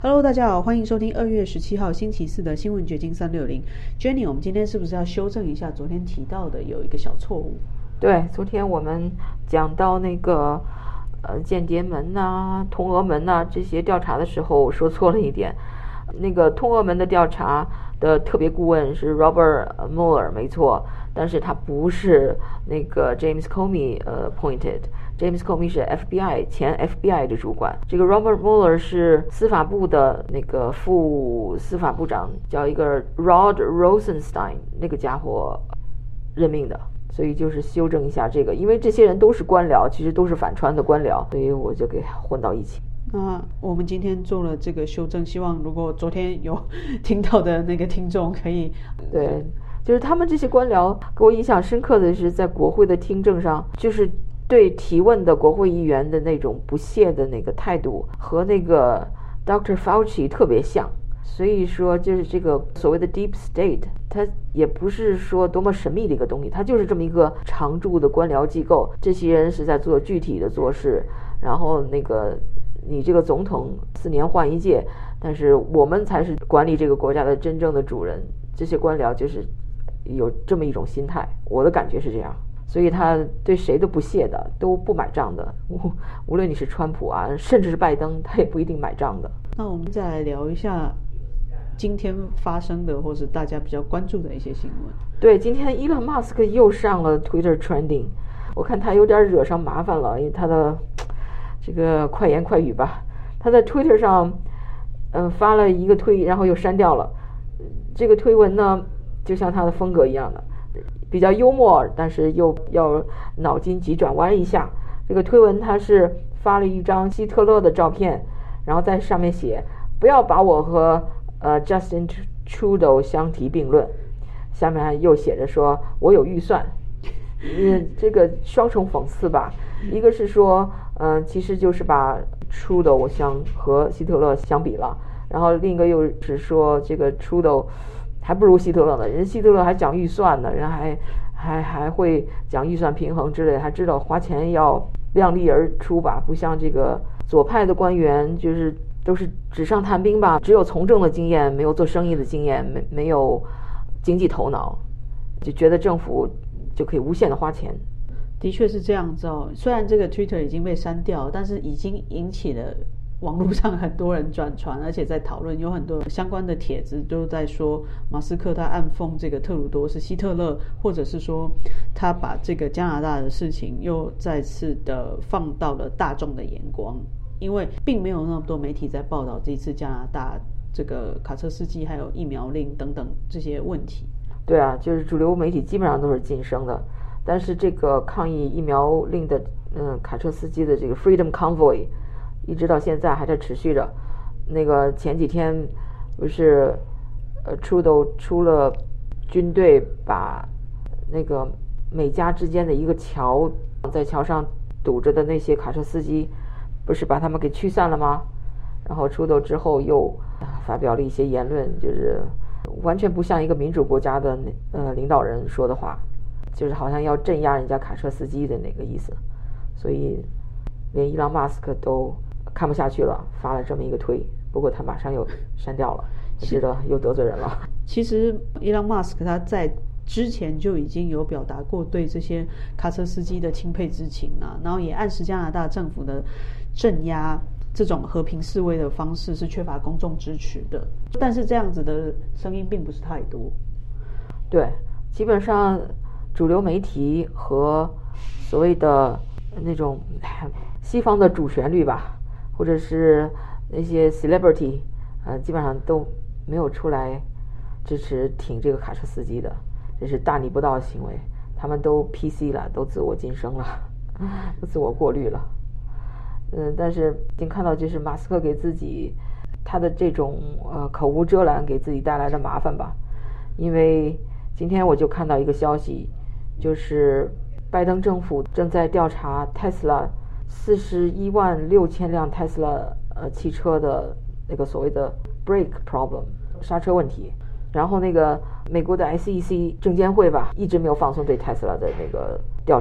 Hello， 大家好，欢迎收听2月17号星期四的新闻掘金360。Jenny， 我们今天是不是要修正一下昨天提到的有一个小错误？ 对，昨天我们讲到那个间谍门呐、通俄门呐这些调查的时候说错了一点。那个通俄门的调查的特别顾问是 Robert Mueller， 没错，但是他不是那个 James Comey appointed。James Comey 是 前 FBI 的主管，这个 Robert Mueller 是司法部的那个副司法部长，叫一个 Rod Rosenstein 那个家伙任命的。所以就是修正一下这个，因为这些人都是官僚，其实都是反川的官僚，所以我就给混到一起。 那我们今天做了这个修正，希望如果昨天有听到的那个听众可以对，就是他们这些官僚给我印象深刻的是，在国会的听证上，就是对提问的国会议员的那种不屑的那个态度，和那个 Dr. Fauci 特别像。所以说，就是这个所谓的 Deep State， 它也不是说多么神秘的一个东西，它就是这么一个常驻的官僚机构。这些人是在做具体的做事，然后那个你这个总统4年换一届，但是我们才是管理这个国家的真正的主人。这些官僚就是有这么一种心态，我的感觉是这样。所以他对谁都不屑的，都不买账的。无论你是川普啊，甚至是拜登，他也不一定买账的。 那我们再来聊一下今天发生的或是大家比较关注的一些新闻。 对，今天伊隆马斯克又上了 Twitter trending， 我看他有点惹上麻烦了，因为他的这个快言快语吧，他在 Twitter 上发了一个推，然后又删掉了。这个推文呢，就像他的风格一样的，比较幽默，但是又要脑筋急转弯一下。这个推文他是发了一张希特勒的照片，然后在上面写不要把我和Justin Trudeau 相提并论，下面又写着说我有预算。这个双重讽刺吧，一个是说其实就是把 Trudeau 和希特勒相比了，然后另一个又是说这个 Trudeau 还不如希特勒呢，人希特勒还讲预算呢，人还会讲预算平衡之类，还知道花钱要量力而出吧，不像这个左派的官员就是都是纸上谈兵吧，只有从政的经验，没有做生意的经验，没有经济头脑，就觉得政府就可以无限的花钱。 的确是这样子哦，虽然这个 Twitter 已经被删掉，但是已经引起了网络上很多人转传，而且在讨论，有很多相关的帖子都在说马斯克他暗讽这个特鲁多是希特勒，或者是说他把这个加拿大的事情又再次的放到了大众的眼光，因为并没有那么多媒体在报道这一次加拿大这个卡车司机还有疫苗令等等这些问题。 对啊，就是主流媒体基本上都是晋升的，但是这个抗议疫苗令的卡车司机的这个 Freedom Convoy 一直到现在还在持续着。那个前几天不是Trudeau 出了军队把那个美加之间的一个桥，在桥上堵着的那些卡车司机不是把他们给驱散了吗？然后Trudeau之后又发表了一些言论，就是完全不像一个民主国家的领导人说的话，就是好像要镇压人家卡车司机的那个意思。所以连伊隆马斯克都看不下去了，发了这么一个推，不过他马上又删掉了，知道又得罪人了。 其实伊隆马斯克他在之前就已经有表达过对这些卡车司机的钦佩之情啊，然后也暗示加拿大政府的镇压这种和平示威的方式是缺乏公众支持的，但是这样子的声音并不是太多。 对，基本上主流媒体和所谓的那种西方的主旋律吧，或者是那些 celebrity 基本上都没有出来支持挺这个卡车司机的，这是大逆不道的行为。他们都 PC 了，都自我晋升了，都自我过滤了。但是已经看到就是马斯克给自己他的这种口无遮拦给自己带来的麻烦吧。因为今天我就看到一个消息，就是拜登政府正在调查 Tesla 416000辆 Tesla 汽车的那个所谓的 brake problem 刹车问题。然后那个美国的 SEC 证监会吧，一直没有放松对 Tesla 的那个调查，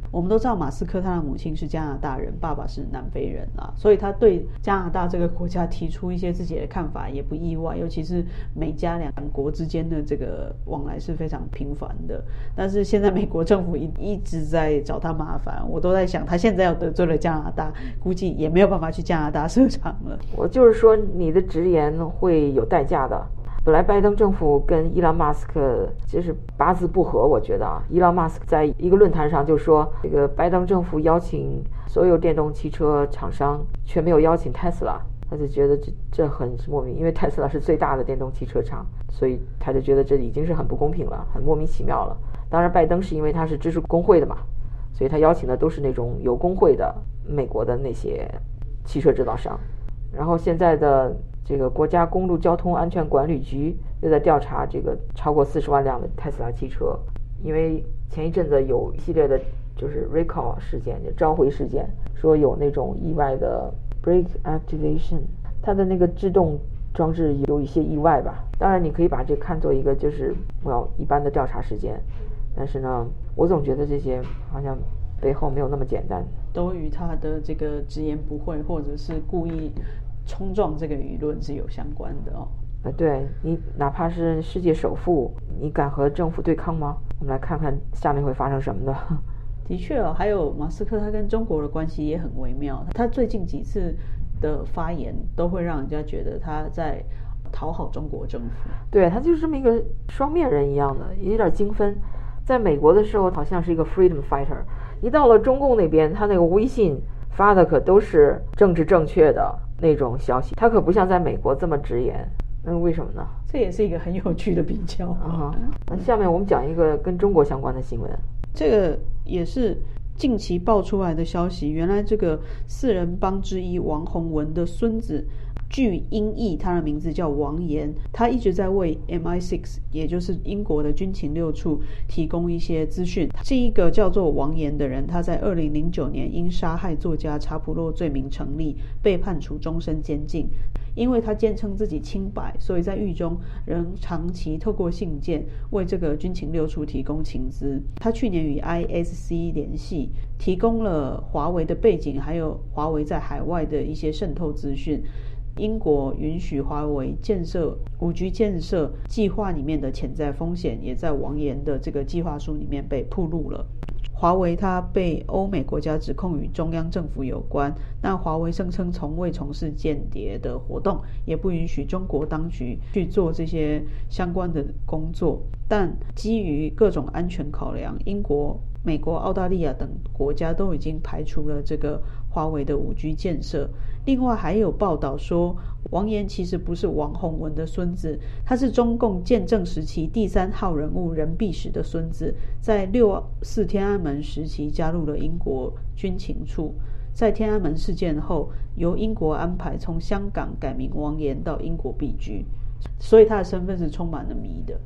我们都知道马斯克他的母亲是加拿大人，爸爸是南非人啦，所以他对加拿大这个国家提出一些自己的看法也不意外，尤其是美加两国之间的这个往来是非常频繁的。但是现在美国政府一直在找他麻烦，我都在想他现在要得罪了加拿大，估计也没有办法去加拿大设厂了。 我就是说你的直言会有代价的。本来拜登政府跟伊朗马斯克就是八字不合，我觉得啊，伊朗马斯克在一个论坛上就说，这个拜登政府邀请所有电动汽车厂商，却没有邀请 Tesla， 他就觉得这很莫名，因为 Tesla 是最大的电动汽车厂，所以他就觉得这已经是很不公平了，很莫名其妙了。当然，拜登是因为他是支持工会的嘛，所以他邀请的都是那种有工会的美国的那些汽车制造商。然后现在的这个国家公路交通安全管理局又在调查这个超过40万辆的特斯拉汽车，因为前一阵子有一系列的就是 recall 事件，就召回事件，说有那种意外的 brake activation， 它的那个制动装置有一些意外吧。当然你可以把这看作一个就是一般的调查事件，但是呢，我总觉得这些好像背后没有那么简单， 都与他的这个直言不讳或者是故意冲撞这个舆论是有相关的哦。 对，你哪怕是世界首富，你敢和政府对抗吗？我们来看看下面会发生什么的。 的确哦，还有马斯克他跟中国的关系也很微妙，他最近几次的发言都会让人家觉得他在讨好中国政府。 对，他就是这么一个双面人一样的，有点精分。在美国的时候好像是一个 freedom fighter， 一到了中共那边，他那个微信发的可都是政治正确的那种消息，他可不像在美国这么直言。为什么呢？ 这也是一个很有趣的比较啊。那下面我们讲一个跟中国相关的新闻， 这个也是近期爆出来的消息。原来这个四人帮之一王洪文的孙子据音译，他的名字叫王岩，他一直在为 MI6， 也就是英国的军情六处提供一些资讯。这一个叫做王岩的人，他在2009年因杀害作家查普洛罪名成立，被判处终身监禁。因为他坚称自己清白，所以在狱中仍长期透过信件为这个军情六处提供情资。他去年与 ISC 联系，提供了华为的背景，还有华为在海外的一些渗透资讯。英国允许华为建设 5G 建设计划里面的潜在风险，也在王岩的这个计划书里面被曝露了。华为它被欧美国家指控与中央政府有关，但华为声称从未从事间谍的活动，也不允许中国当局去做这些相关的工作。但基于各种安全考量，英国、美国、澳大利亚等国家都已经排除了这个华为的 5G 建设。另外还有报道说，王岩其实不是王洪文的孙子，他是中共建政时期第3号人物任弼时的孙子，在6·4天安门时期加入了英国军情处。在天安门事件后，由英国安排从香港改名王岩到英国避居，所以他的身份是充满了谜的。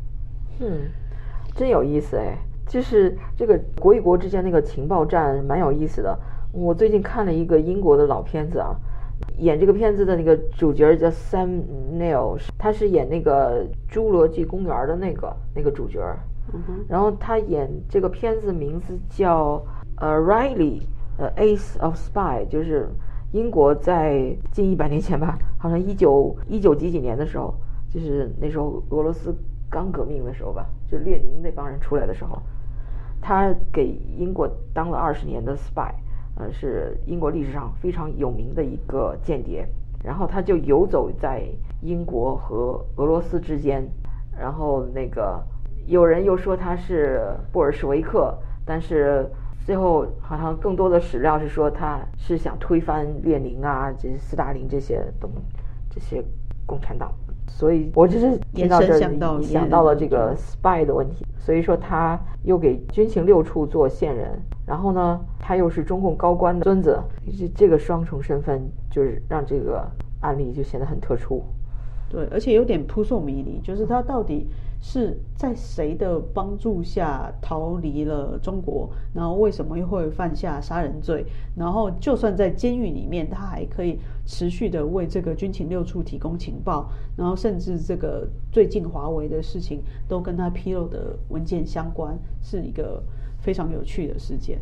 真有意思哎，就是这个国与国之间那个情报战蛮有意思的。我最近看了一个英国的老片子啊，演这个片子的那个主角叫 Sam Neill， 他是演那个侏罗纪公园的那个主角。然后他演这个片子名字叫Riley Ace of Spy， 就是英国在近100年前吧，好像19几年的时候，就是那时候俄罗斯刚革命的时候吧，就是列宁那帮人出来的时候，他给英国当了20年的 spy，是英国历史上非常有名的一个间谍。然后他就游走在英国和俄罗斯之间，然后那个有人又说他是布尔什维克，但是最后好像更多的史料是说他是想推翻列宁啊，这斯大林这些共产党。所以我只是听到这想到了这个 spy 的问题。所以说他又给军情六处做线人，然后呢他又是中共高官的孙子，这个双重身份就是让这个案例就显得很特殊。 对，而且有点扑朔迷离，就是他到底是在谁的帮助下逃离了中国，然后为什么又会犯下杀人罪，然后就算在监狱里面他还可以持续的为这个军情六处提供情报，然后甚至这个最近华为的事情都跟他披露的文件相关，是一个非常有趣的事件。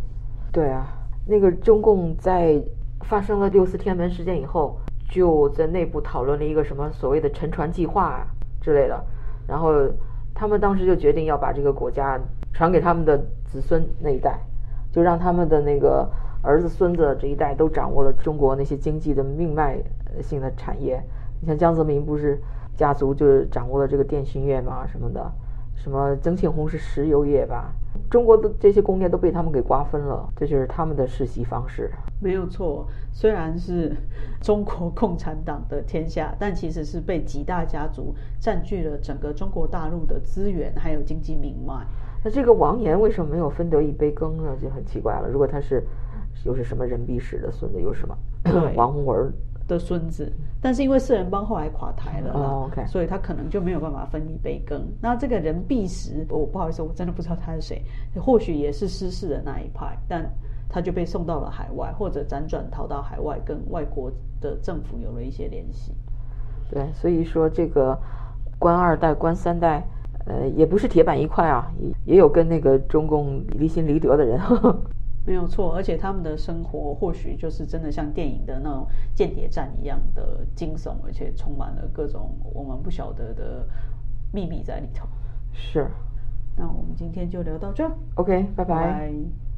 对啊，那个中共在发生了六四天安门事件以后，就在内部讨论了一个什么所谓的沉船计划之类的，然后他们当时就决定要把这个国家传给他们的子孙那一代，就让他们的那个儿子孙子这一代都掌握了中国那些经济的命脉性的产业。你像江泽民不是家族就是掌握了这个电信业嘛什么的，什么曾庆红是石油业吧，中国的这些工业都被他们给瓜分了，这就是他们的世袭方式。 没有错，虽然是中国共产党的天下，但其实是被几大家族占据了整个中国大陆的资源还有经济命脉。 那这个王岩为什么没有分得一杯羹呢？就很奇怪了。如果他是又是什么任弼时的孙子，又是什么王洪文的孙子，但是因为四人帮后来垮台了啦 ，okay. 所以他可能就没有办法分一杯羹。那这个任弼时，不好意思，我真的不知道他是谁，或许也是失势的那一派，但他就被送到了海外，或者辗转逃到海外，跟外国的政府有了一些联系。 对，所以说这个官二代、官三代，也不是铁板一块啊，也有跟那个中共离心离德的人。 没有错，而且他们的生活或许就是真的像电影的那种间谍战一样的惊悚，而且充满了各种我们不晓得的秘密在里头。 是， 那我们今天就聊到这儿。 OK， 拜拜。 拜拜。